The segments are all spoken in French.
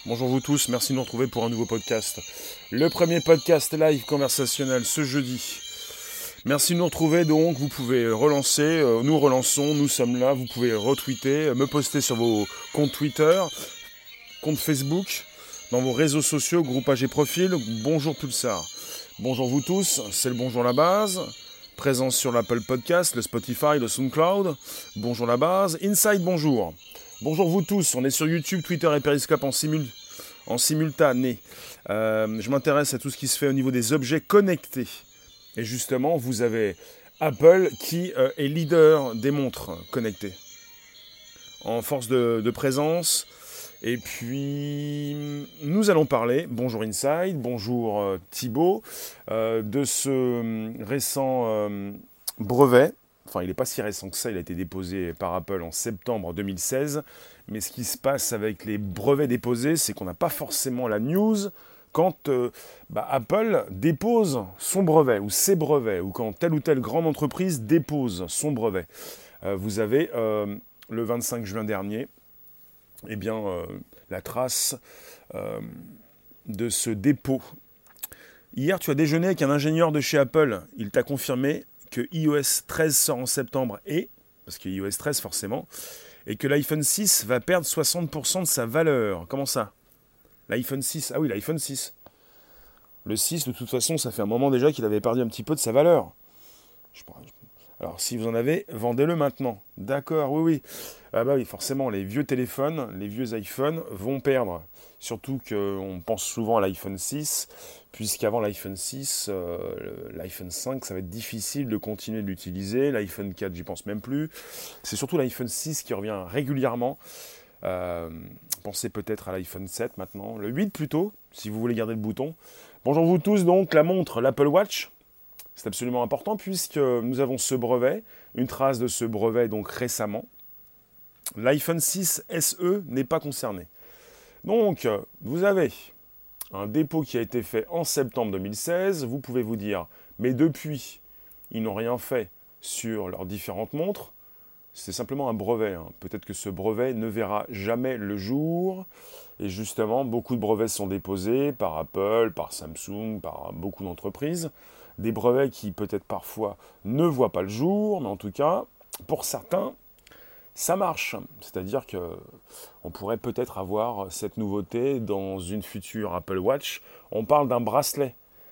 Bonjour vous tous, merci de nous retrouver pour un nouveau podcast. Le premier podcast live conversationnel ce jeudi. Merci de nous retrouver donc, vous pouvez relancer, nous relançons, nous sommes là, vous pouvez retweeter, me poster sur vos comptes Twitter, comptes Facebook, dans vos réseaux sociaux, groupages et profils. Bonjour Pulsar. Bonjour vous tous, c'est le bonjour la base. Présence sur l'Apple Podcast, le Spotify, le SoundCloud. Bonjour la base. Inside, bonjour. Bonjour vous tous, on est sur YouTube, Twitter et Periscope en simultané. Je m'intéresse à tout ce qui se fait au niveau des objets connectés. Et justement, vous avez Apple qui est leader des montres connectées. En force de présence. Et puis, nous allons parler, bonjour Inside, bonjour Thibaut, de ce récent brevet. Enfin, il n'est pas si récent que ça, il a été déposé par Apple en septembre 2016. Mais ce qui se passe avec les brevets déposés, c'est qu'on n'a pas forcément la news quand Apple dépose son brevet ou ses brevets, ou quand telle ou telle grande entreprise dépose son brevet. Vous avez, le 25 juin dernier, la trace de ce dépôt. Hier, tu as déjeuné avec un ingénieur de chez Apple. Il t'a confirmé que iOS 13 sort en septembre parce que iOS 13 forcément, et que l'iPhone 6 va perdre 60% de sa valeur. Comment ça ? L'iPhone 6, ah oui, l'iPhone 6. Le 6, de toute façon, ça fait un moment déjà qu'il avait perdu un petit peu de sa valeur. Alors, si vous en avez, vendez-le maintenant. D'accord, oui. Ah bah oui, forcément, les vieux téléphones, les vieux iPhones vont perdre. Surtout qu'on pense souvent à l'iPhone 6, puisqu'avant l'iPhone 6, l'iPhone 5, ça va être difficile de continuer de l'utiliser. L'iPhone 4, j'y pense même plus. C'est surtout l'iPhone 6 qui revient régulièrement. Pensez peut-être à l'iPhone 7 maintenant. Le 8 plutôt, si vous voulez garder le bouton. Bonjour vous tous, donc, la montre, l'Apple Watch. C'est absolument important puisque nous avons ce brevet, une trace de ce brevet donc récemment. L'iPhone 6 SE n'est pas concerné. Donc, vous avez un dépôt qui a été fait en septembre 2016. Vous pouvez vous dire, mais depuis, ils n'ont rien fait sur leurs différentes montres. C'est simplement un brevet. Peut-être que ce brevet ne verra jamais le jour. Et justement, beaucoup de brevets sont déposés par Apple, par Samsung, par beaucoup d'entreprises. Des brevets qui peut-être parfois ne voient pas le jour, mais en tout cas, pour certains, ça marche. C'est-à-dire qu'on pourrait peut-être avoir cette nouveauté dans une future Apple Watch. On parle d'un bracelet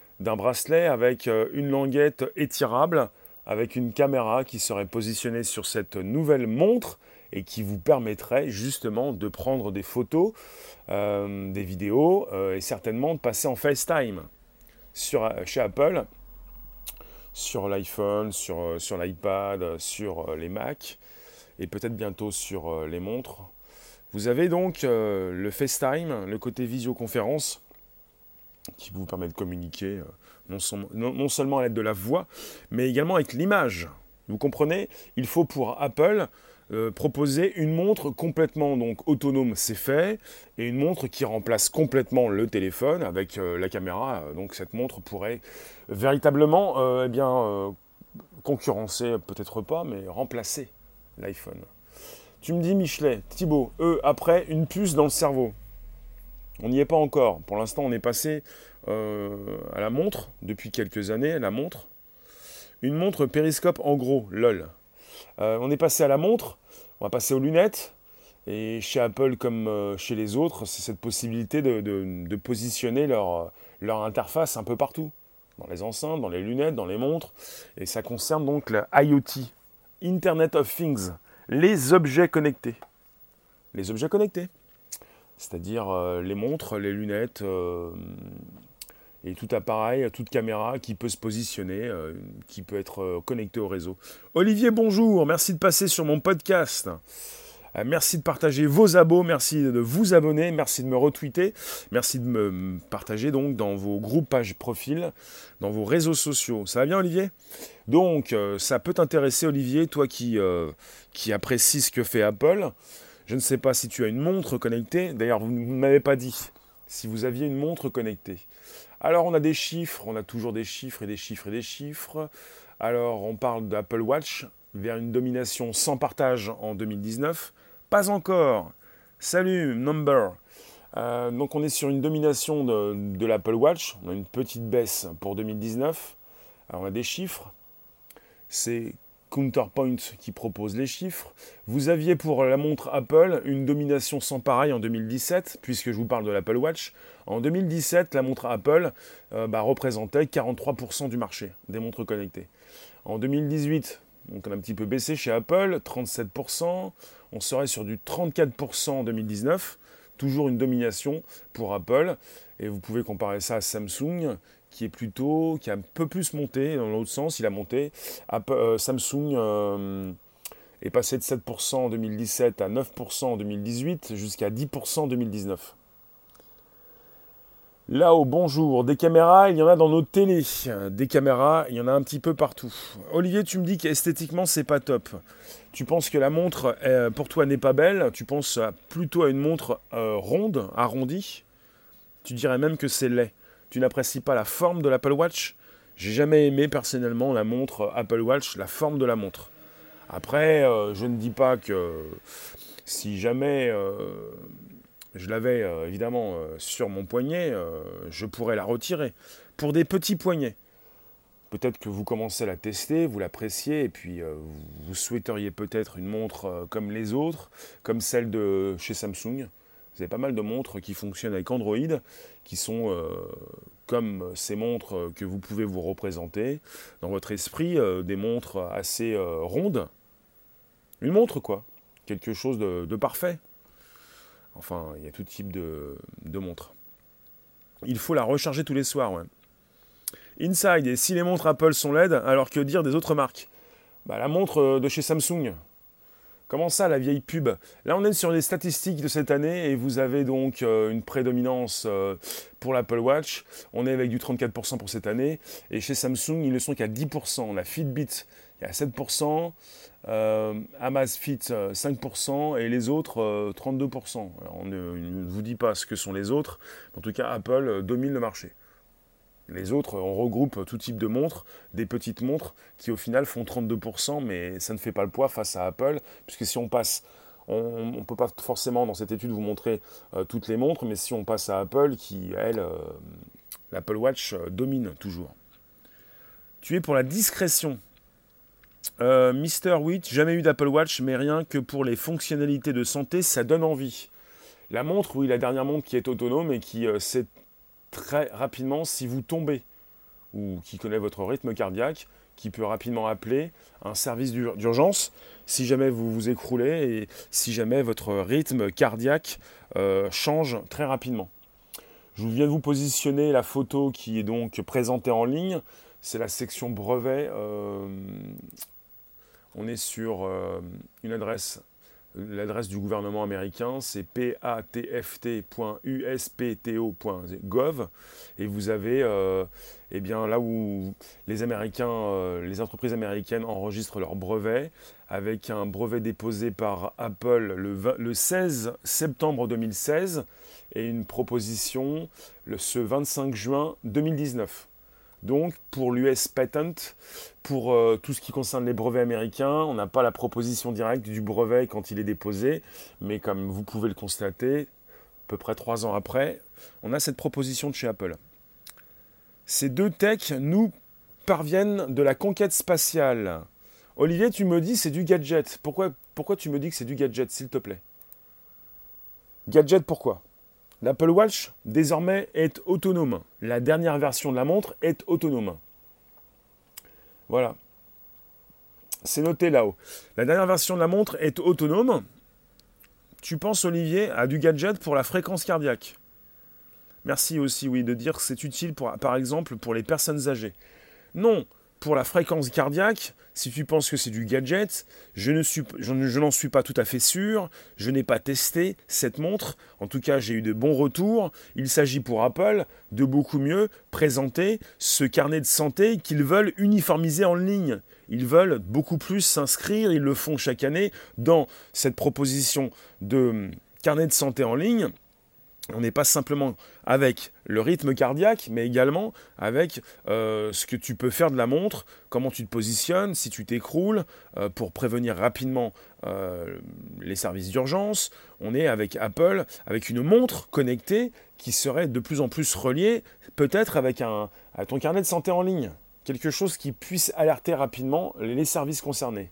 avec une languette étirable, avec une caméra qui serait positionnée sur cette nouvelle montre et qui vous permettrait justement de prendre des photos, des vidéos et certainement de passer en FaceTime chez Apple, sur l'iPhone, sur l'iPad, sur les Mac et peut-être bientôt sur les montres. Vous avez donc le FaceTime, le côté visioconférence, qui vous permet de communiquer non seulement à l'aide de la voix, mais également avec l'image. Vous comprenez ? Il faut pour Apple proposer une montre complètement donc autonome, c'est fait, et une montre qui remplace complètement le téléphone avec la caméra. Donc cette montre pourrait véritablement concurrencer, peut-être pas, mais remplacer l'iPhone. Tu me dis, Michelet, Thibaut, après, une puce dans le cerveau. On n'y est pas encore. Pour l'instant, on est passé à la montre, depuis quelques années, la montre. Une montre périscope en gros, lol. On est passé à la montre, on va passer aux lunettes. Et chez Apple, comme chez les autres, c'est cette possibilité de positionner leur interface un peu partout. Dans les enceintes, dans les lunettes, dans les montres. Et ça concerne donc la IoT, Internet of Things, les objets connectés. Les objets connectés. C'est-à-dire les montres, les lunettes et tout appareil, toute caméra qui peut se positionner, qui peut être connecté au réseau. Olivier, bonjour, merci de passer sur mon podcast. Merci de partager vos abos, merci de vous abonner, merci de me retweeter, merci de me partager donc dans vos groupes, pages, profils, dans vos réseaux sociaux. Ça va bien Olivier ? Donc ça peut t'intéresser Olivier, toi qui apprécies ce que fait Apple. Je ne sais pas si tu as une montre connectée. D'ailleurs, vous ne m'avez pas dit si vous aviez une montre connectée. Alors, on a des chiffres. On a toujours des chiffres et des chiffres et des chiffres. Alors, on parle d'Apple Watch vers une domination sans partage en 2019. Pas encore. Salut, Number. Donc on est sur une domination de l'Apple Watch. On a une petite baisse pour 2019. Alors on a des chiffres. C'est Counterpoint qui propose les chiffres. Vous aviez pour la montre Apple une domination sans pareil en 2017, puisque je vous parle de l'Apple Watch. En 2017, la montre Apple représentait 43% du marché des montres connectées. En 2018, donc on a un petit peu baissé chez Apple, 37%. On serait sur du 34% en 2019. Toujours une domination pour Apple. Et vous pouvez comparer ça à Samsung, qui a un peu plus monté, dans l'autre sens, il a monté. Samsung est passé de 7% en 2017 à 9% en 2018, jusqu'à 10% en 2019. Là-haut, bonjour. Des caméras, il y en a dans nos télés. Des caméras, il y en a un petit peu partout. Olivier, tu me dis qu'esthétiquement, c'est pas top. Tu penses que la montre, pour toi, n'est pas belle. Tu penses plutôt à une montre ronde, arrondie. Tu dirais même que c'est laid. Tu n'apprécies pas la forme de l'Apple Watch. J'ai jamais aimé personnellement la montre Apple Watch, la forme de la montre. Après, je ne dis pas que si jamais je l'avais évidemment sur mon poignet, je pourrais la retirer. Pour des petits poignets. Peut-être que vous commencez à la tester, vous l'appréciez, et puis vous souhaiteriez peut-être une montre comme les autres, comme celle de chez Samsung. Vous avez pas mal de montres qui fonctionnent avec Android, qui sont comme ces montres que vous pouvez vous représenter dans votre esprit, des montres assez rondes. Une montre, quoi. Quelque chose de parfait. Enfin, il y a tout type de montres. Il faut la recharger tous les soirs, ouais. Inside, et si les montres Apple sont LED, alors que dire des autres marques ? La montre de chez Samsung. Comment ça, la vieille pub ? Là, on est sur les statistiques de cette année et vous avez donc une prédominance pour l'Apple Watch. On est avec du 34% pour cette année. Et chez Samsung, ils ne sont qu'à 10%. On a Fitbit, il y a 7%. Amazfit, 5%. Et les autres, 32%. Alors, on ne vous dit pas ce que sont les autres. En tout cas, Apple domine le marché. Les autres, on regroupe tout type de montres, des petites montres qui au final font 32%, mais ça ne fait pas le poids face à Apple, puisque si on passe, on ne peut pas forcément dans cette étude vous montrer toutes les montres, mais si on passe à Apple, qui elle, l'Apple Watch domine toujours. Tu es pour la discrétion. Mister Witt, jamais eu d'Apple Watch, mais rien que pour les fonctionnalités de santé, ça donne envie. La montre, oui, la dernière montre qui est autonome et qui sait très rapidement si vous tombez ou qui connaît votre rythme cardiaque, qui peut rapidement appeler un service d'urgence si jamais vous vous écroulez et si jamais votre rythme cardiaque change très rapidement. Je viens de vous positionner la photo qui est donc présentée en ligne. C'est la section brevet. On est sur une adresse. L'adresse du gouvernement américain, c'est patft.uspto.gov et vous avez là où les Américains, les entreprises américaines enregistrent leurs brevets avec un brevet déposé par Apple le 16 septembre 2016 et une proposition ce 25 juin 2019. Donc, pour l'US Patent, pour tout ce qui concerne les brevets américains, on n'a pas la proposition directe du brevet quand il est déposé, mais comme vous pouvez le constater, à peu près 3 ans après, on a cette proposition de chez Apple. Ces deux techs nous parviennent de la conquête spatiale. Olivier, tu me dis c'est du gadget. Pourquoi tu me dis que c'est du gadget, s'il te plaît ? Gadget, pourquoi ? L'Apple Watch, désormais, est autonome. La dernière version de la montre est autonome. Voilà. C'est noté là-haut. La dernière version de la montre est autonome. Tu penses, Olivier, à du gadget pour la fréquence cardiaque. Merci aussi, oui, de dire que c'est utile, par exemple, pour les personnes âgées. Non, pour la fréquence cardiaque, si tu penses que c'est du gadget, je n'en suis pas tout à fait sûr. Je n'ai pas testé cette montre. En tout cas, j'ai eu de bons retours. Il s'agit pour Apple de beaucoup mieux présenter ce carnet de santé qu'ils veulent uniformiser en ligne. Ils veulent beaucoup plus s'inscrire, ils le font chaque année, dans cette proposition de carnet de santé en ligne. On n'est pas simplement avec le rythme cardiaque, mais également avec ce que tu peux faire de la montre, comment tu te positionnes, si tu t'écroules, pour prévenir rapidement les services d'urgence. On est avec Apple, avec une montre connectée qui serait de plus en plus reliée, peut-être avec à ton carnet de santé en ligne. Quelque chose qui puisse alerter rapidement les services concernés.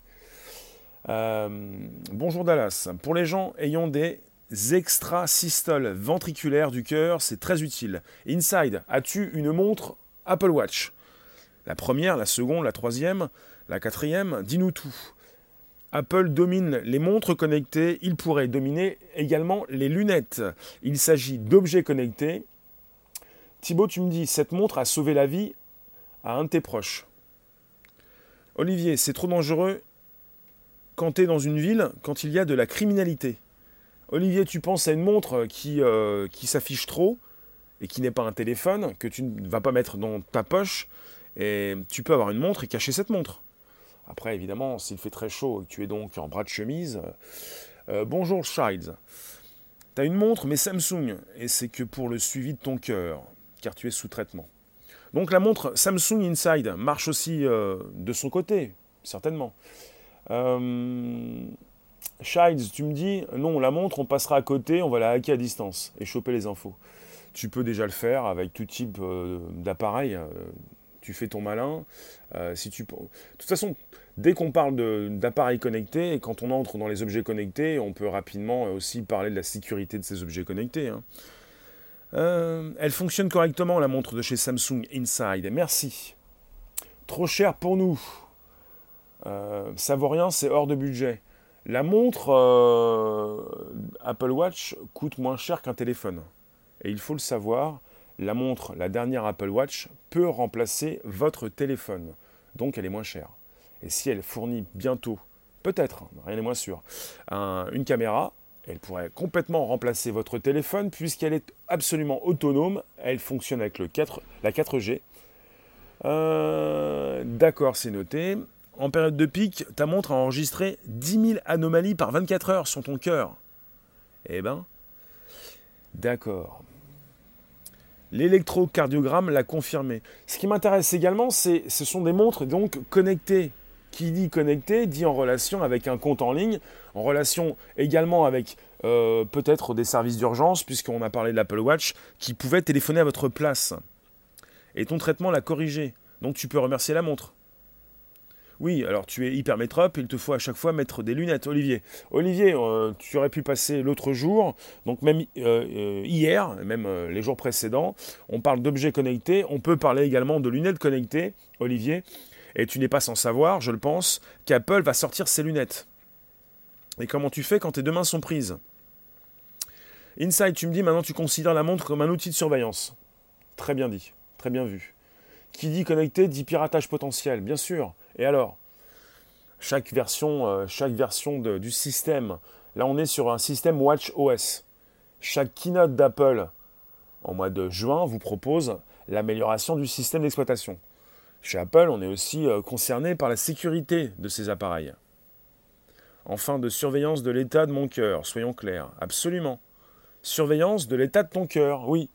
Bonjour Dallas. Pour les gens ayant des extrasystoles ventriculaires du cœur, c'est très utile. Inside, as-tu une montre Apple Watch? La première, la seconde, la troisième, la quatrième, dis-nous tout. Apple domine les montres connectées, il pourrait dominer également les lunettes. Il s'agit d'objets connectés. Thibaut, tu me dis, cette montre a sauvé la vie à un de tes proches. Olivier, c'est trop dangereux quand tu es dans une ville, quand il y a de la criminalité. Olivier, tu penses à une montre qui s'affiche trop et qui n'est pas un téléphone, que tu ne vas pas mettre dans ta poche, et tu peux avoir une montre et cacher cette montre. Après, évidemment, s'il fait très chaud et que tu es donc en bras de chemise, bonjour Childs. Tu as une montre, mais Samsung, et c'est que pour le suivi de ton cœur, car tu es sous traitement. Donc la montre Samsung Inside marche aussi de son côté, certainement. Childs, tu me dis, non, la montre, on passera à côté, on va la hacker à distance et choper les infos. Tu peux déjà le faire avec tout type d'appareil. Tu fais ton malin. De toute façon, dès qu'on parle d'appareils connectés, et quand on entre dans les objets connectés, on peut rapidement aussi parler de la sécurité de ces objets connectés. Elle fonctionne correctement, la montre de chez Samsung Inside. Merci. Trop cher pour nous. Ça vaut rien, c'est hors de budget. La montre Apple Watch coûte moins cher qu'un téléphone. Et il faut le savoir, la montre, la dernière Apple Watch, peut remplacer votre téléphone. Donc elle est moins chère. Et si elle fournit bientôt, peut-être, rien n'est moins sûr, une caméra, elle pourrait complètement remplacer votre téléphone puisqu'elle est absolument autonome. Elle fonctionne avec la 4G. D'accord, c'est noté. En période de pic, ta montre a enregistré 10 000 anomalies par 24 heures sur ton cœur. Eh ben, d'accord. L'électrocardiogramme l'a confirmé. Ce qui m'intéresse également, ce sont des montres donc connectées. Qui dit connecté dit en relation avec un compte en ligne, en relation également avec peut-être des services d'urgence, puisqu'on a parlé de l'Apple Watch, qui pouvait téléphoner à votre place. Et ton traitement l'a corrigé. Donc tu peux remercier la montre. Oui, alors tu es hypermétrope, il te faut à chaque fois mettre des lunettes, Olivier. Olivier, tu aurais pu passer l'autre jour, donc même hier, même les jours précédents, on parle d'objets connectés, on peut parler également de lunettes connectées, Olivier, et tu n'es pas sans savoir, je le pense, qu'Apple va sortir ses lunettes. Et comment tu fais quand tes deux mains sont prises? Inside, tu me dis maintenant tu considères la montre comme un outil de surveillance. Très bien dit, très bien vu. Qui dit connecté dit piratage potentiel, bien sûr. Et alors, chaque version du système, là on est sur un système WatchOS. Chaque keynote d'Apple en mois de juin vous propose l'amélioration du système d'exploitation. Chez Apple, on est aussi concerné par la sécurité de ces appareils. Enfin, de surveillance de l'état de mon cœur, soyons clairs, absolument. Surveillance de l'état de ton cœur, oui.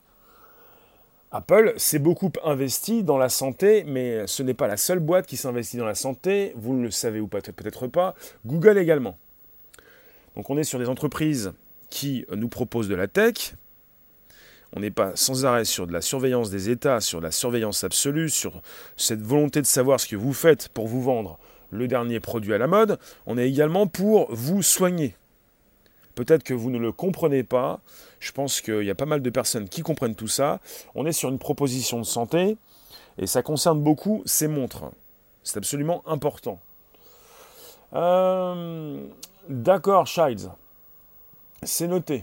Apple s'est beaucoup investi dans la santé, mais ce n'est pas la seule boîte qui s'investit dans la santé, vous le savez ou peut-être pas, Google également. Donc on est sur des entreprises qui nous proposent de la tech, on n'est pas sans arrêt sur de la surveillance des États, sur de la surveillance absolue, sur cette volonté de savoir ce que vous faites pour vous vendre le dernier produit à la mode, on est également pour vous soigner. Peut-être que vous ne le comprenez pas. Je pense qu'il y a pas mal de personnes qui comprennent tout ça. On est sur une proposition de santé et ça concerne beaucoup ces montres. C'est absolument important. D'accord, Childs. C'est noté.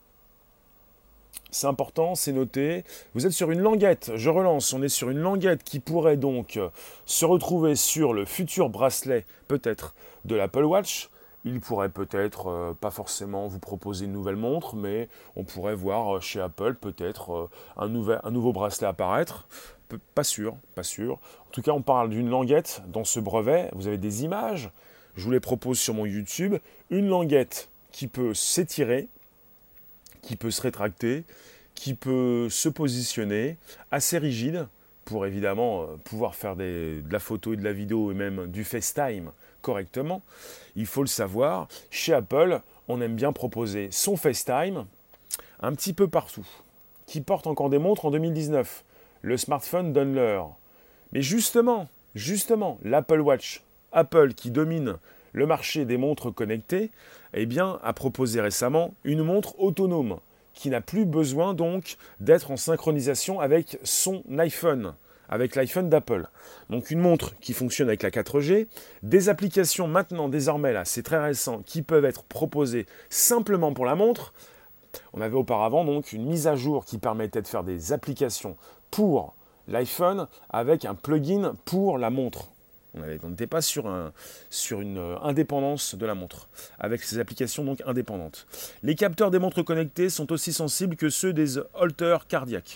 C'est important, c'est noté. Vous êtes sur une languette. Je relance. On est sur une languette qui pourrait donc se retrouver sur le futur bracelet, peut-être, de l'Apple Watch. Il pourrait peut-être pas forcément vous proposer une nouvelle montre, mais on pourrait voir chez Apple peut-être un nouveau bracelet apparaître. Pas sûr, pas sûr. En tout cas, on parle d'une languette dans ce brevet. Vous avez des images. Je vous les propose sur mon YouTube. Une languette qui peut s'étirer, qui peut se rétracter, qui peut se positionner, assez rigide, pour évidemment pouvoir faire de la photo et de la vidéo et même du FaceTime correctement. Il faut le savoir, chez Apple, on aime bien proposer son FaceTime un petit peu partout. Qui porte encore des montres en 2019 ? Le smartphone donne l'heure. Mais justement, l'Apple Watch, Apple qui domine le marché des montres connectées, eh bien, a proposé récemment une montre autonome qui n'a plus besoin donc d'être en synchronisation avec son iPhone, avec l'iPhone d'Apple. Donc une montre qui fonctionne avec la 4G, des applications maintenant, désormais, là, c'est très récent, qui peuvent être proposées simplement pour la montre. On avait auparavant donc une mise à jour qui permettait de faire des applications pour l'iPhone avec un plugin pour la montre. On n'était pas sur une indépendance de la montre, avec ces applications donc indépendantes. Les capteurs des montres connectées sont aussi sensibles que ceux des halters cardiaques.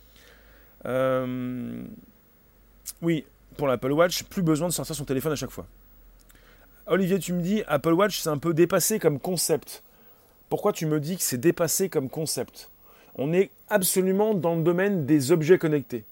Oui, pour l'Apple Watch, plus besoin de sortir son téléphone à chaque fois. Olivier, tu me dis, Apple Watch, c'est un peu dépassé comme concept. Pourquoi tu me dis que c'est dépassé comme concept ? On est absolument dans le domaine des objets connectés.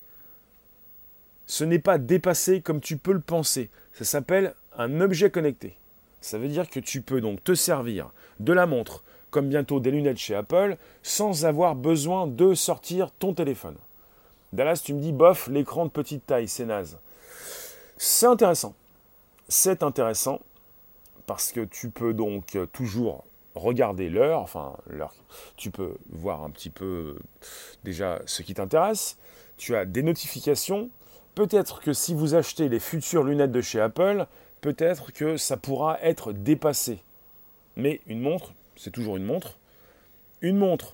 Ce n'est pas dépassé comme tu peux le penser. Ça s'appelle un objet connecté. Ça veut dire que tu peux donc te servir de la montre, comme bientôt des lunettes chez Apple, sans avoir besoin de sortir ton téléphone. Dallas, tu me dis, bof, l'écran de petite taille, c'est naze. C'est intéressant. C'est intéressant parce que tu peux donc toujours regarder l'heure, tu peux voir un petit peu déjà ce qui t'intéresse. Tu as des notifications. Peut-être que si vous achetez les futures lunettes de chez Apple, peut-être que ça pourra être dépassé. Mais une montre, c'est toujours une montre. Une montre,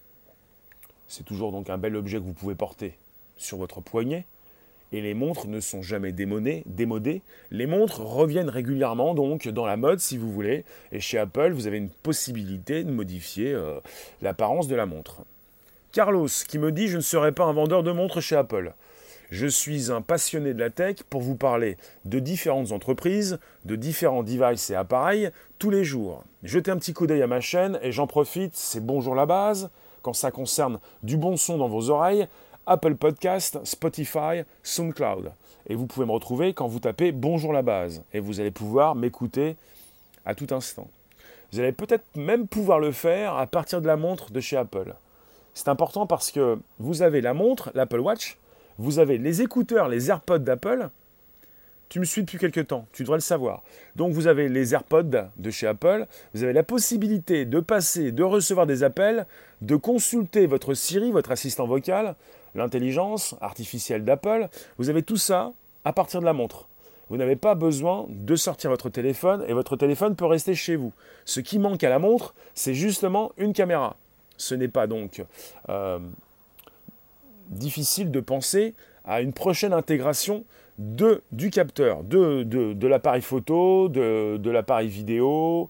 c'est toujours donc un bel objet que vous pouvez porter sur votre poignet. Et les montres ne sont jamais démodées. Les montres reviennent régulièrement donc dans la mode si vous voulez. Et chez Apple, vous avez une possibilité de modifier l'apparence de la montre. Carlos qui me dit « Je ne serai pas un vendeur de montres chez Apple ». Je suis un passionné de la tech pour vous parler de différentes entreprises, de différents devices et appareils tous les jours. Jetez un petit coup d'œil à ma chaîne et j'en profite, c'est Bonjour la base. Quand ça concerne du bon son dans vos oreilles, Apple Podcast, Spotify, SoundCloud. Et vous pouvez me retrouver quand vous tapez Bonjour la base. Et vous allez pouvoir m'écouter à tout instant. Vous allez peut-être même pouvoir le faire à partir de la montre de chez Apple. C'est important parce que vous avez la montre, l'Apple Watch, vous avez les écouteurs, les AirPods d'Apple. Tu me suis depuis quelques temps, tu devrais le savoir. Donc vous avez les AirPods de chez Apple, vous avez la possibilité de passer, de recevoir des appels, de consulter votre Siri, votre assistant vocal, l'intelligence artificielle d'Apple. Vous avez tout ça à partir de la montre. Vous n'avez pas besoin de sortir votre téléphone et votre téléphone peut rester chez vous. Ce qui manque à la montre, c'est justement une caméra. Ce n'est pas donc difficile de penser à une prochaine intégration du capteur, de l'appareil photo, de l'appareil vidéo.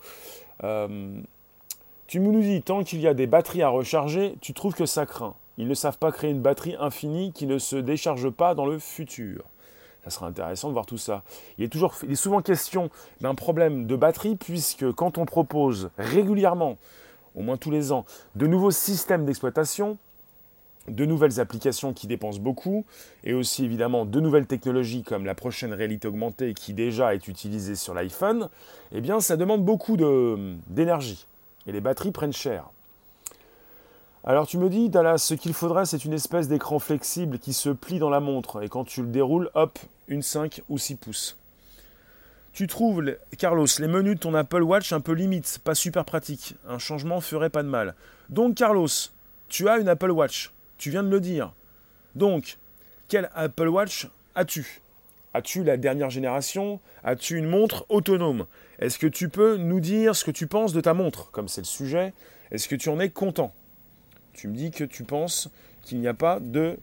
Tu nous dis, tant qu'il y a des batteries à recharger, tu trouves que ça craint. Ils ne savent pas créer une batterie infinie qui ne se décharge pas dans le futur. Ça sera intéressant de voir tout ça. Il est souvent question d'un problème de batterie, puisque quand on propose régulièrement, au moins tous les ans, de nouveaux systèmes d'exploitation, de nouvelles applications qui dépensent beaucoup, et aussi évidemment de nouvelles technologies comme la prochaine réalité augmentée qui déjà est utilisée sur l'iPhone, eh bien ça demande beaucoup d'énergie. Et les batteries prennent cher. Alors tu me dis, Dallas, ce qu'il faudrait, c'est une espèce d'écran flexible qui se plie dans la montre, et quand tu le déroules, hop, une 5 ou 6 pouces. Tu trouves, Carlos, les menus de ton Apple Watch un peu limites, pas super pratiques. Un changement ferait pas de mal. Donc Carlos, tu as une Apple Watch. Tu viens de le dire. Donc, quelle Apple Watch as-tu ? As-tu la dernière génération ? As-tu une montre autonome ? Est-ce que tu peux nous dire ce que tu penses de ta montre ? Comme c'est le sujet, est-ce que tu en es content ? Tu me dis que tu penses qu'il n'y a pas de...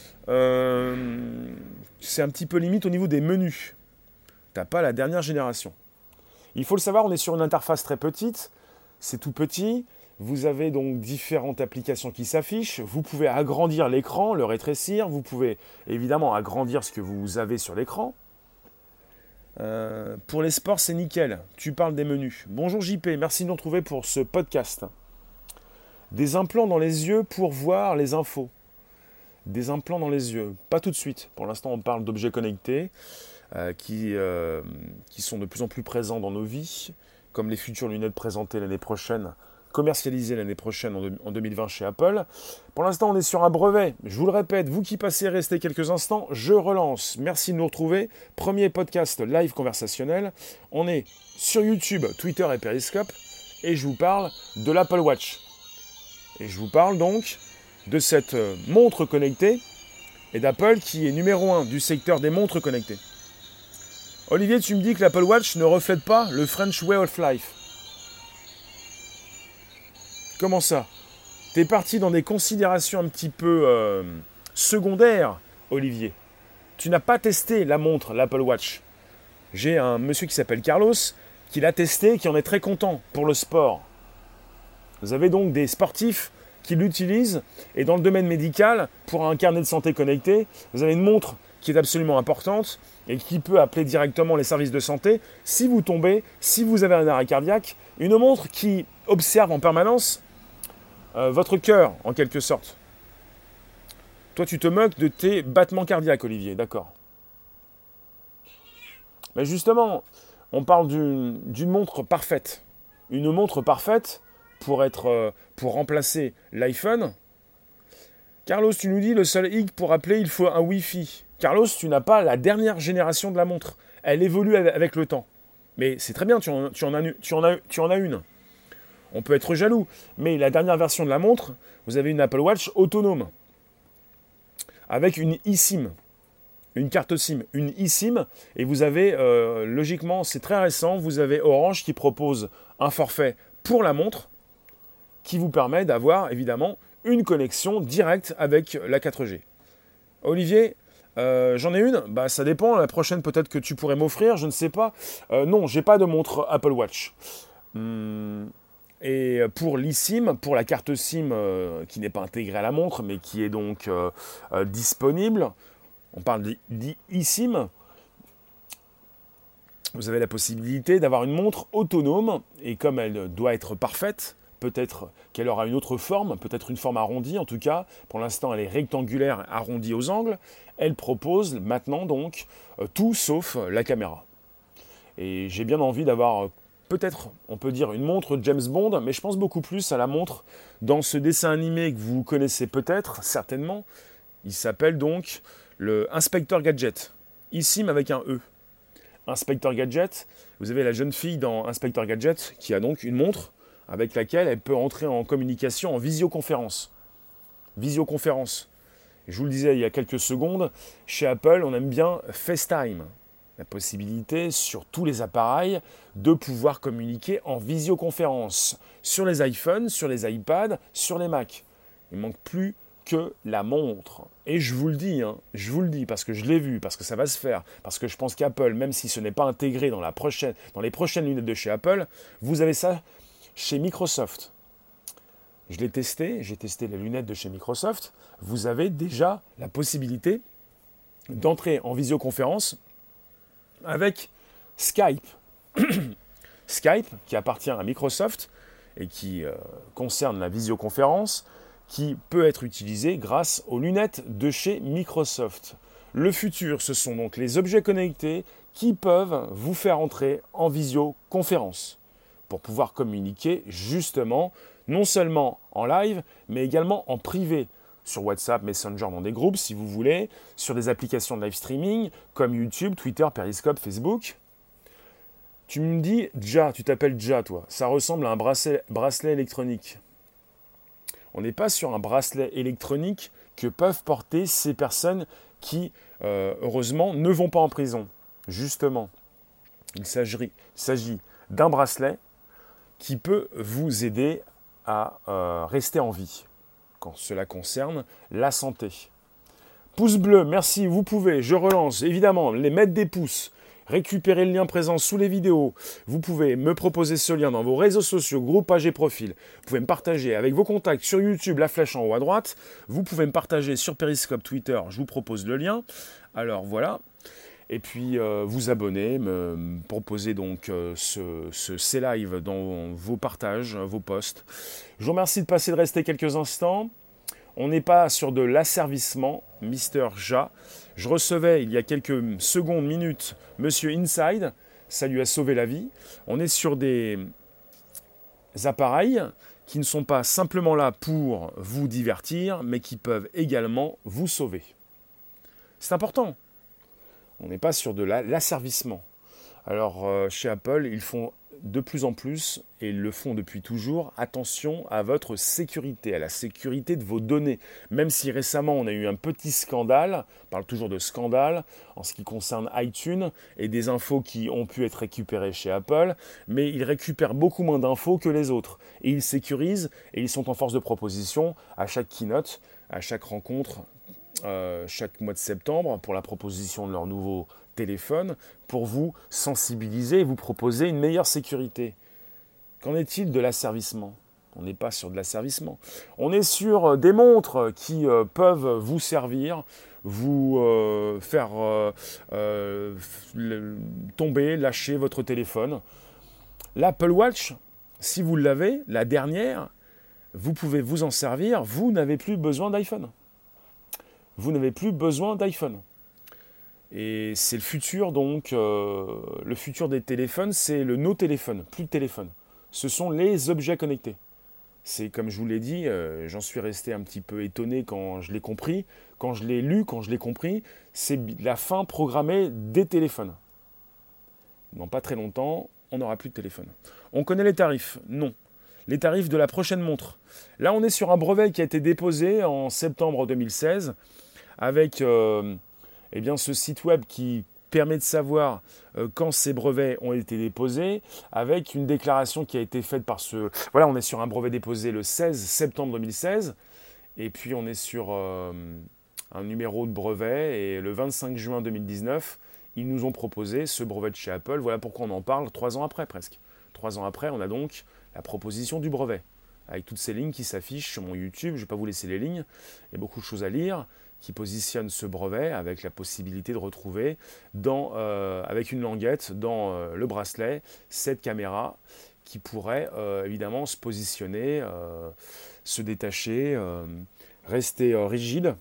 c'est un petit peu limite au niveau des menus. Tu n'as pas la dernière génération. Il faut le savoir, on est sur une interface très petite. C'est tout petit. Vous avez donc différentes applications qui s'affichent. Vous pouvez agrandir l'écran, le rétrécir. Vous pouvez évidemment agrandir ce que vous avez sur l'écran. Pour les sports, c'est nickel. Tu parles des menus. Bonjour JP, merci de nous retrouver pour ce podcast. des implants dans les yeux pour voir les infos. Des implants dans les yeux, pas tout de suite. Pour l'instant, on parle d'objets connectés qui sont de plus en plus présents dans nos vies, comme les futures lunettes présentées l'année prochaine, commercialisées l'année prochaine en 2020 chez Apple. Pour l'instant, on est sur un brevet. Je vous le répète, vous qui passez et restez quelques instants, je relance. Merci de nous retrouver. Premier podcast live conversationnel. On est sur YouTube, Twitter et Periscope. Et je vous parle de l'Apple Watch. Et je vous parle donc de cette montre connectée et d'Apple qui est numéro 1 du secteur des montres connectées. Olivier, tu me dis que l'Apple Watch ne reflète pas le French Way of Life. Comment ça? T'es parti dans des considérations un petit peu secondaires, Olivier. Tu n'as pas testé la montre, l'Apple Watch. J'ai un monsieur qui s'appelle Carlos, qui l'a testé, qui en est très content pour le sport. Vous avez donc des sportifs qui l'utilisent, et dans le domaine médical, pour un carnet de santé connecté, vous avez une montre qui est absolument importante et qui peut appeler directement les services de santé si vous tombez, si vous avez un arrêt cardiaque. Une montre qui observe en permanence votre cœur, en quelque sorte. Toi, tu te moques de tes battements cardiaques, Olivier, d'accord. Mais justement, on parle d'une montre parfaite. Une montre parfaite pour remplacer l'iPhone. Carlos, tu nous dis, le seul hic pour appeler, il faut un Wi-Fi. Carlos, tu n'as pas la dernière génération de la montre. Elle évolue avec le temps. Mais c'est très bien, tu en as une. On peut être jaloux. Mais la dernière version de la montre, vous avez une Apple Watch autonome. Avec une eSIM. Une carte SIM. Une eSIM. Et vous avez, logiquement, c'est très récent, vous avez Orange qui propose un forfait pour la montre qui vous permet d'avoir, évidemment, une connexion directe avec la 4G. Olivier, j'en ai une. Bah, ça dépend. La prochaine, peut-être que tu pourrais m'offrir. Je ne sais pas. Non, j'ai pas de montre Apple Watch. Et pour l'eSIM, pour la carte SIM qui n'est pas intégrée à la montre, mais qui est donc disponible, on parle d'eSIM. Vous avez la possibilité d'avoir une montre autonome. Et comme elle doit être parfaite, peut-être qu'elle aura une autre forme, peut-être une forme arrondie en tout cas. Pour l'instant, elle est rectangulaire, arrondie aux angles. Elle propose maintenant donc tout sauf la caméra. Et j'ai bien envie d'avoir peut-être, on peut dire, une montre James Bond, mais je pense beaucoup plus à la montre dans ce dessin animé que vous connaissez peut-être, certainement. Il s'appelle donc le Inspector Gadget. eSIM avec un E. Inspector Gadget, vous avez la jeune fille dans Inspector Gadget qui a donc une montre avec laquelle elle peut entrer en communication en visioconférence. Visioconférence. Je vous le disais il y a quelques secondes, chez Apple, on aime bien FaceTime. La possibilité sur tous les appareils de pouvoir communiquer en visioconférence. Sur les iPhones, sur les iPads, sur les Macs. Il ne manque plus que la montre. Et je vous le dis parce que je l'ai vu, parce que ça va se faire, parce que je pense qu'Apple, même si ce n'est pas intégré dans les prochaines lunettes de chez Apple, vous avez ça chez Microsoft. Je l'ai testé, j'ai testé les lunettes de chez Microsoft. Vous avez déjà la possibilité d'entrer en visioconférence avec Skype. Skype, qui appartient à Microsoft et qui concerne la visioconférence, qui peut être utilisé grâce aux lunettes de chez Microsoft. Le futur, ce sont donc les objets connectés qui peuvent vous faire entrer en visioconférence pour pouvoir communiquer justement, non seulement en live, mais également en privé, sur WhatsApp, Messenger dans des groupes si vous voulez, sur des applications de live streaming comme YouTube, Twitter, Periscope, Facebook. Tu me dis, tu t'appelles Ja, toi. Ça ressemble à un bracelet électronique. On n'est pas sur un bracelet électronique que peuvent porter ces personnes qui, heureusement, ne vont pas en prison. Justement, il s'agit d'un bracelet qui peut vous aider à rester en vie quand cela concerne la santé. Pouce bleu, merci, vous pouvez, je relance, évidemment, les mettre des pouces, récupérer le lien présent sous les vidéos. Vous pouvez me proposer ce lien dans vos réseaux sociaux, groupe, page et profil. Vous pouvez me partager avec vos contacts sur YouTube, la flèche en haut à droite. Vous pouvez me partager sur Periscope, Twitter, je vous propose le lien. Alors voilà. Et puis vous abonner, me proposer donc ces lives dans vos partages, vos posts. Je vous remercie de rester quelques instants. On n'est pas sur de l'asservissement, Mister Ja. Je recevais il y a quelques secondes, minutes, Monsieur Inside. Ça lui a sauvé la vie. On est sur des appareils qui ne sont pas simplement là pour vous divertir, mais qui peuvent également vous sauver. C'est important. On n'est pas sur de l'asservissement. Alors, chez Apple, ils font de plus en plus, et ils le font depuis toujours, attention à votre sécurité, à la sécurité de vos données. Même si récemment, on a eu un petit scandale, on parle toujours de scandale, en ce qui concerne iTunes, et des infos qui ont pu être récupérées chez Apple, mais ils récupèrent beaucoup moins d'infos que les autres. Et ils sécurisent, et ils sont en force de proposition à chaque keynote, à chaque rencontre, chaque mois de septembre, pour la proposition de leur nouveau téléphone, pour vous sensibiliser et vous proposer une meilleure sécurité. Qu'en est-il de l'asservissement ? On n'est pas sur de l'asservissement. On est sur des montres qui peuvent vous servir, vous faire tomber, lâcher votre téléphone. L'Apple Watch, si vous l'avez, la dernière, vous pouvez vous en servir, vous n'avez plus besoin d'iPhone. Vous n'avez plus besoin d'iPhone. Et c'est le futur, donc, le futur des téléphones, c'est le no téléphone, plus de téléphone. Ce sont les objets connectés. C'est comme je vous l'ai dit, j'en suis resté un petit peu étonné quand je l'ai compris, quand je l'ai lu, quand je l'ai compris, c'est la fin programmée des téléphones. Dans pas très longtemps, on n'aura plus de téléphone. On connaît les tarifs ? Non. Les tarifs de la prochaine montre. Là, on est sur un brevet qui a été déposé en septembre 2016 avec ce site web qui permet de savoir quand ces brevets ont été déposés, avec une déclaration qui a été faite par ce... Voilà, on est sur un brevet déposé le 16 septembre 2016, et puis on est sur un numéro de brevet, et le 25 juin 2019, ils nous ont proposé ce brevet de chez Apple. Voilà pourquoi on en parle 3 ans après presque. 3 ans après, on a donc la proposition du brevet, avec toutes ces lignes qui s'affichent sur mon YouTube. Je ne vais pas vous laisser les lignes, il y a beaucoup de choses à lire, qui positionne ce brevet avec la possibilité de retrouver avec une languette dans le bracelet cette caméra qui pourrait évidemment se positionner, se détacher, rester rigide.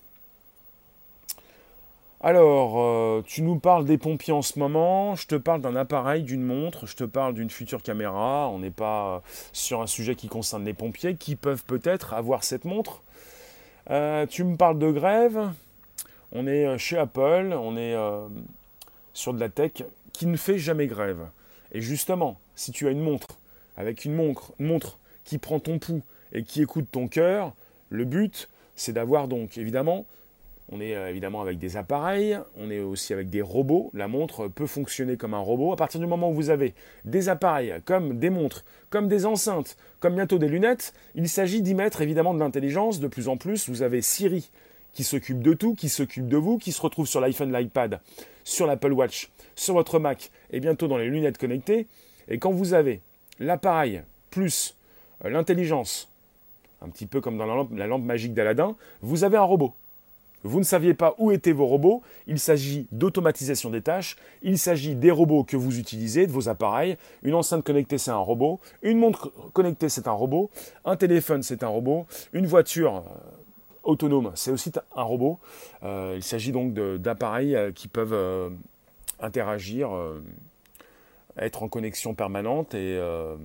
Alors, tu nous parles des pompiers en ce moment, je te parle d'un appareil, d'une montre, je te parle d'une future caméra. On n'est pas sur un sujet qui concerne les pompiers qui peuvent peut-être avoir cette montre. Tu me parles de grève, on est chez Apple, on est sur de la tech qui ne fait jamais grève. Et justement, si tu as une montre, avec une montre qui prend ton pouls et qui écoute ton cœur, le but, c'est d'avoir donc, évidemment, on est évidemment avec des appareils, on est aussi avec des robots. La montre peut fonctionner comme un robot. À partir du moment où vous avez des appareils, comme des montres, comme des enceintes, comme bientôt des lunettes, il s'agit d'y mettre évidemment de l'intelligence. De plus en plus, vous avez Siri qui s'occupe de tout, qui s'occupe de vous, qui se retrouve sur l'iPhone, l'iPad, sur l'Apple Watch, sur votre Mac et bientôt dans les lunettes connectées. Et quand vous avez l'appareil plus l'intelligence, un petit peu comme dans la lampe magique d'Aladin, vous avez un robot. Vous ne saviez pas où étaient vos robots, il s'agit d'automatisation des tâches, il s'agit des robots que vous utilisez, de vos appareils. Une enceinte connectée, c'est un robot. Une montre connectée, c'est un robot. Un téléphone, c'est un robot. Une voiture autonome, c'est aussi un robot. Il s'agit donc d'appareils qui peuvent interagir, être en connexion permanente et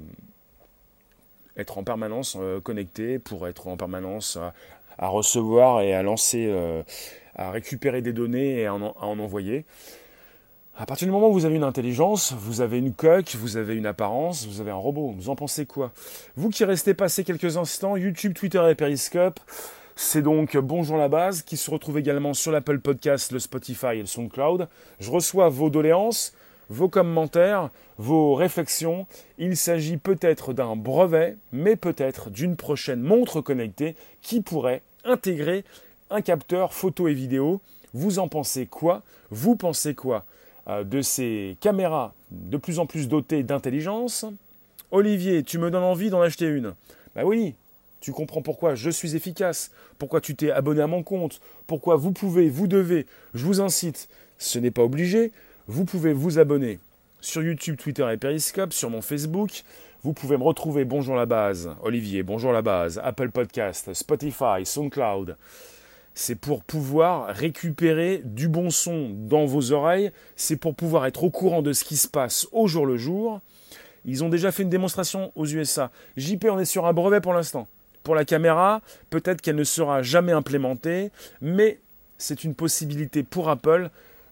être en permanence connectés pour être en permanence à recevoir et à lancer, à récupérer des données et à en envoyer. À partir du moment où vous avez une intelligence, vous avez une coque, vous avez une apparence, vous avez un robot. Vous en pensez quoi ? Vous qui restez passer quelques instants, YouTube, Twitter et Periscope, c'est donc Bonjour la base, qui se retrouve également sur l'Apple Podcast, le Spotify et le SoundCloud. Je reçois vos doléances, vos commentaires, vos réflexions. Il s'agit peut-être d'un brevet, mais peut-être d'une prochaine montre connectée qui pourrait intégrer un capteur photo et vidéo. Vous en pensez quoi ? Vous pensez quoi de ces caméras de plus en plus dotées d'intelligence ? Olivier, tu me donnes envie d'en acheter une. Ben oui, tu comprends pourquoi je suis efficace, pourquoi tu t'es abonné à mon compte, pourquoi vous pouvez, vous devez, je vous incite, ce n'est pas obligé. Vous pouvez vous abonner sur YouTube, Twitter et Periscope, sur mon Facebook. Vous pouvez me retrouver Bonjour la base, Olivier, Bonjour la base, Apple Podcast, Spotify, SoundCloud. C'est pour pouvoir récupérer du bon son dans vos oreilles. C'est pour pouvoir être au courant de ce qui se passe au jour le jour. Ils ont déjà fait une démonstration aux USA. JP, on est sur un brevet pour l'instant. Pour la caméra, peut-être qu'elle ne sera jamais implémentée, mais c'est une possibilité pour Apple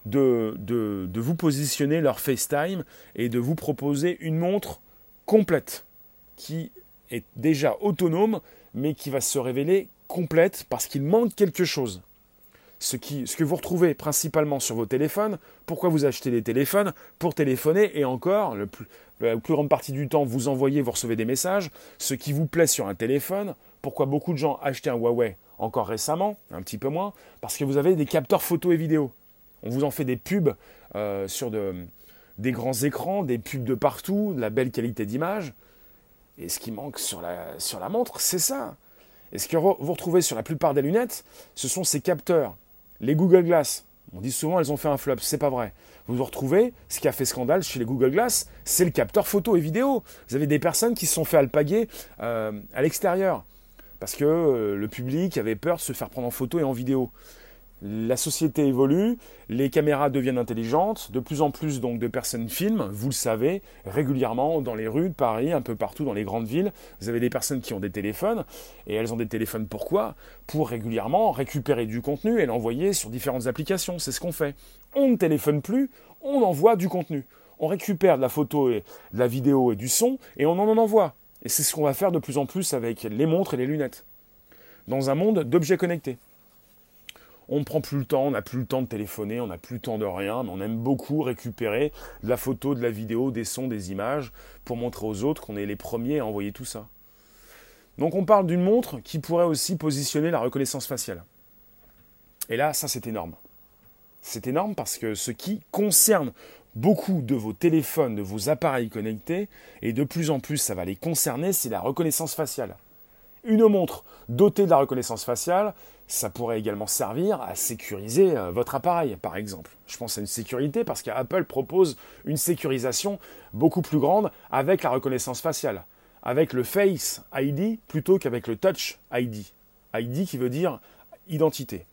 de vous positionner leur FaceTime et de vous proposer une montre complète qui est déjà autonome, mais qui va se révéler complète parce qu'il manque quelque chose. Ce que vous retrouvez principalement sur vos téléphones. Pourquoi vous achetez des téléphones? Pour téléphoner et encore, la plus grande partie du temps, vous envoyez, vous recevez des messages. Ce qui vous plaît sur un téléphone. Pourquoi beaucoup de gens achetaient un Huawei encore récemment, un petit peu moins? Parce que vous avez des capteurs photo et vidéo. On vous en fait des pubs sur des grands écrans, des pubs de partout, de la belle qualité d'image. Et ce qui manque sur la montre, c'est ça. Et ce que vous retrouvez sur la plupart des lunettes, ce sont ces capteurs. Les Google Glass, on dit souvent elles ont fait un flop, c'est pas vrai. Vous retrouvez, ce qui a fait scandale chez les Google Glass, c'est le capteur photo et vidéo. Vous avez des personnes qui se sont fait alpaguer à l'extérieur parce que le public avait peur de se faire prendre en photo et en vidéo. La société évolue, les caméras deviennent intelligentes, de plus en plus donc de personnes filment, vous le savez, régulièrement dans les rues de Paris, un peu partout dans les grandes villes. Vous avez des personnes qui ont des téléphones, et elles ont des téléphones pourquoi? Pour régulièrement récupérer du contenu et l'envoyer sur différentes applications, c'est ce qu'on fait. On ne téléphone plus, on envoie du contenu. On récupère de la photo, et de la vidéo et du son, et on en envoie. Et c'est ce qu'on va faire de plus en plus avec les montres et les lunettes. Dans un monde d'objets connectés. On ne prend plus le temps, on n'a plus le temps de téléphoner, on n'a plus le temps de rien, mais on aime beaucoup récupérer de la photo, de la vidéo, des sons, des images, pour montrer aux autres qu'on est les premiers à envoyer tout ça. Donc on parle d'une montre qui pourrait aussi positionner la reconnaissance faciale. Et là, ça c'est énorme. C'est énorme parce que ce qui concerne beaucoup de vos téléphones, de vos appareils connectés, et de plus en plus ça va les concerner, c'est la reconnaissance faciale. Une montre dotée de la reconnaissance faciale, ça pourrait également servir à sécuriser votre appareil, par exemple. Je pense à une sécurité parce qu'Apple propose une sécurisation beaucoup plus grande avec la reconnaissance faciale, avec le Face ID plutôt qu'avec le Touch ID. ID qui veut dire identité.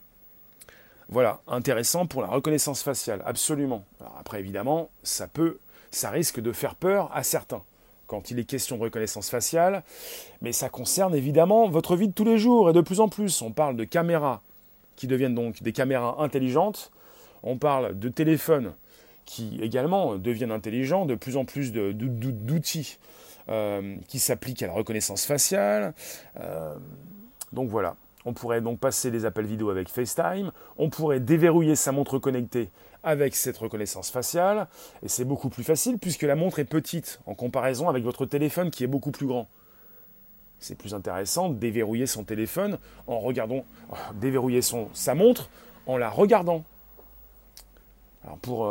Voilà, intéressant pour la reconnaissance faciale, absolument. Alors après, évidemment, ça risque de faire peur à certains quand il est question de reconnaissance faciale, mais ça concerne évidemment votre vie de tous les jours et de plus en plus. On parle de caméras qui deviennent donc des caméras intelligentes, on parle de téléphones qui également deviennent intelligents, de plus en plus d'outils qui s'appliquent à la reconnaissance faciale. Donc voilà, on pourrait donc passer des appels vidéo avec FaceTime, on pourrait déverrouiller sa montre connectée avec cette reconnaissance faciale, et c'est beaucoup plus facile puisque la montre est petite en comparaison avec votre téléphone qui est beaucoup plus grand. C'est plus intéressant de déverrouiller son téléphone en regardant, déverrouiller sa montre en la regardant. Alors pour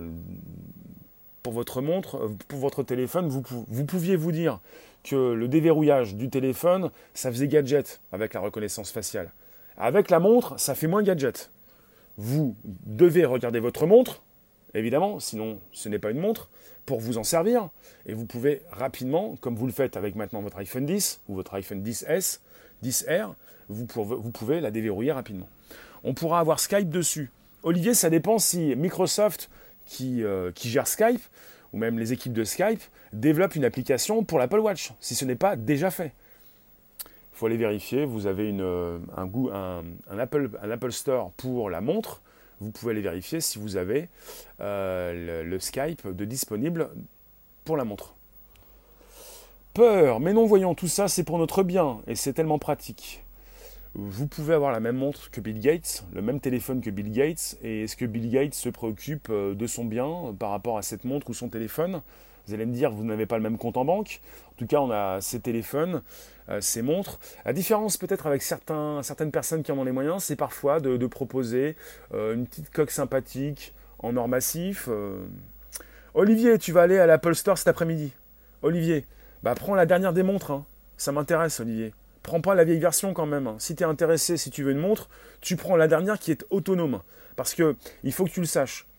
votre montre, pour votre téléphone, vous pouviez vous dire que le déverrouillage du téléphone, ça faisait gadget avec la reconnaissance faciale. Avec la montre, ça fait moins gadget. Vous devez regarder votre montre, évidemment, sinon ce n'est pas une montre, pour vous en servir. Et vous pouvez rapidement, comme vous le faites avec maintenant votre iPhone 10 ou votre iPhone 10S, 10R, vous pouvez la déverrouiller rapidement. On pourra avoir Skype dessus. Olivier, ça dépend si Microsoft, qui gère Skype, ou même les équipes de Skype, développent une application pour l'Apple Watch, si ce n'est pas déjà fait. Il faut aller vérifier, vous avez un Apple Store pour la montre, vous pouvez aller vérifier si vous avez le Skype disponible pour la montre. Peur, mais non, voyons, tout ça c'est pour notre bien, et c'est tellement pratique. Vous pouvez avoir la même montre que Bill Gates, le même téléphone que Bill Gates, et est-ce que Bill Gates se préoccupe de son bien par rapport à cette montre ou son téléphone? Vous allez me dire, vous n'avez pas le même compte en banque. En tout cas, on a ces téléphones, ces montres. La différence peut-être avec certaines personnes qui en ont les moyens, c'est parfois de proposer une petite coque sympathique en or massif. Olivier, tu vas aller à l'Apple Store cet après-midi. Olivier, prends la dernière des montres. Hein. Ça m'intéresse, Olivier. Prends pas la vieille version quand même. Hein. Si tu es intéressé, si tu veux une montre, tu prends la dernière qui est autonome. Parce que il faut que tu le saches.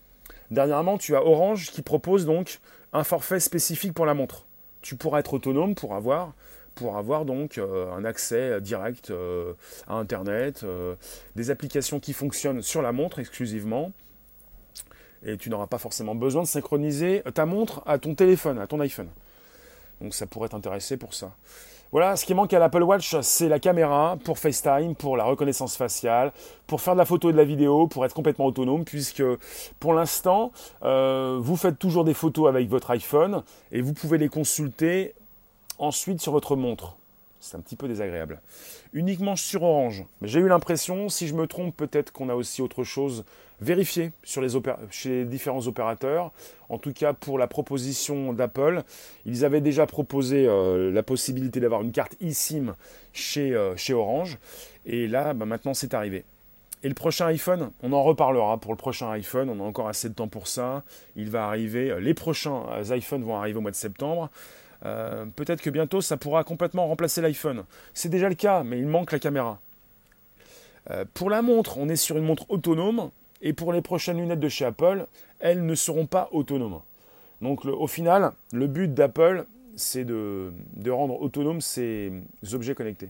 Dernièrement, tu as Orange qui propose donc un forfait spécifique pour la montre. Tu pourras être autonome pour avoir donc un accès direct à Internet, des applications qui fonctionnent sur la montre exclusivement. Et tu n'auras pas forcément besoin de synchroniser ta montre à ton téléphone, à ton iPhone. Donc ça pourrait t'intéresser pour ça. Voilà, ce qui manque à l'Apple Watch, c'est la caméra pour FaceTime, pour la reconnaissance faciale, pour faire de la photo et de la vidéo, pour être complètement autonome, puisque pour l'instant, vous faites toujours des photos avec votre iPhone et vous pouvez les consulter ensuite sur votre montre. C'est un petit peu désagréable. Uniquement sur Orange. Mais j'ai eu l'impression, si je me trompe, peut-être qu'on a aussi autre chose vérifié chez les différents opérateurs. En tout cas, pour la proposition d'Apple, ils avaient déjà proposé la possibilité d'avoir une carte eSIM chez Orange. Et là, maintenant, c'est arrivé. Et le prochain iPhone, on en reparlera pour le prochain iPhone. On a encore assez de temps pour ça. Il va arriver. Les prochains iPhones vont arriver au mois de septembre. Peut-être que bientôt ça pourra complètement remplacer l'iPhone. C'est déjà le cas, mais il manque la caméra. Pour la montre, on est sur une montre autonome, et pour les prochaines lunettes de chez Apple, elles ne seront pas autonomes. Donc au final, le but d'Apple, c'est de rendre autonomes ces objets connectés.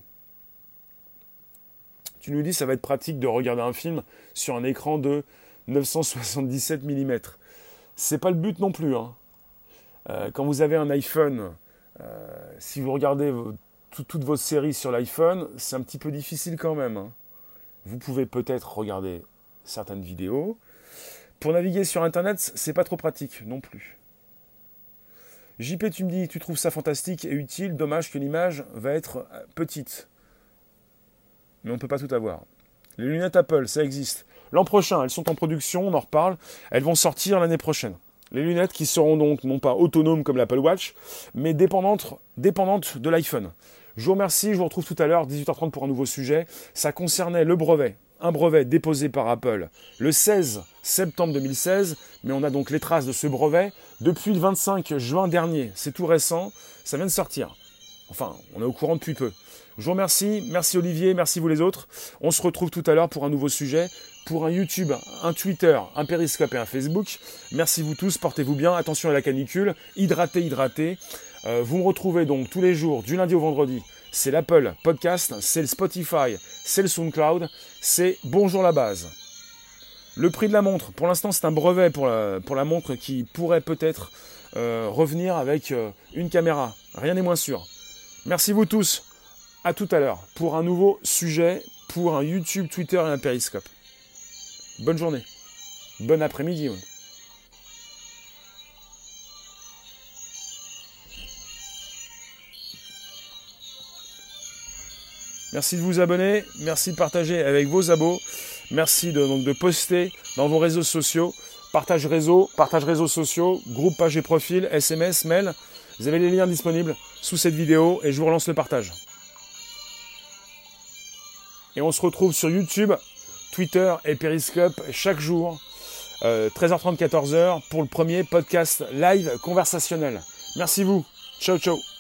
Tu nous dis ça va être pratique de regarder un film sur un écran de 977 mm. C'est pas le but non plus, hein. Quand vous avez un iPhone, si vous regardez toutes vos séries sur l'iPhone, c'est un petit peu difficile quand même, hein. Vous pouvez peut-être regarder certaines vidéos. Pour naviguer sur Internet, c'est pas trop pratique non plus. JP, tu me dis, tu trouves ça fantastique et utile, dommage que l'image va être petite. Mais on ne peut pas tout avoir. Les lunettes Apple, ça existe. L'an prochain, elles sont en production, on en reparle. Elles vont sortir l'année prochaine. Les lunettes qui seront donc non pas autonomes comme l'Apple Watch, mais dépendantes de l'iPhone. Je vous remercie, je vous retrouve tout à l'heure, 18h30 pour un nouveau sujet. Ça concernait le brevet, un brevet déposé par Apple le 16 septembre 2016, mais on a donc les traces de ce brevet depuis le 25 juin dernier. C'est tout récent, ça vient de sortir. Enfin, on est au courant depuis peu. Je vous remercie, merci Olivier, merci vous les autres. On se retrouve tout à l'heure pour un nouveau sujet, pour un YouTube, un Twitter, un Periscope et un Facebook. Merci vous tous, portez-vous bien, attention à la canicule, hydratez. Vous me retrouvez donc tous les jours, du lundi au vendredi. C'est l'Apple Podcast, c'est le Spotify, c'est le SoundCloud, c'est Bonjour la base. Le prix de la montre, pour l'instant c'est un brevet pour la montre qui pourrait peut-être revenir avec une caméra. Rien n'est moins sûr. Merci vous tous. À tout à l'heure pour un nouveau sujet, pour un YouTube, Twitter et un Periscope. Bonne journée. Bon après-midi. Ouais. Merci de vous abonner, merci de partager avec vos abos, merci de poster dans vos réseaux sociaux, partage réseaux sociaux, groupe, page et profil, SMS, mail. Vous avez les liens disponibles sous cette vidéo et je vous relance le partage. Et on se retrouve sur YouTube, Twitter et Periscope chaque jour, 13h30, 14h pour le premier podcast live conversationnel. Merci vous. Ciao, ciao.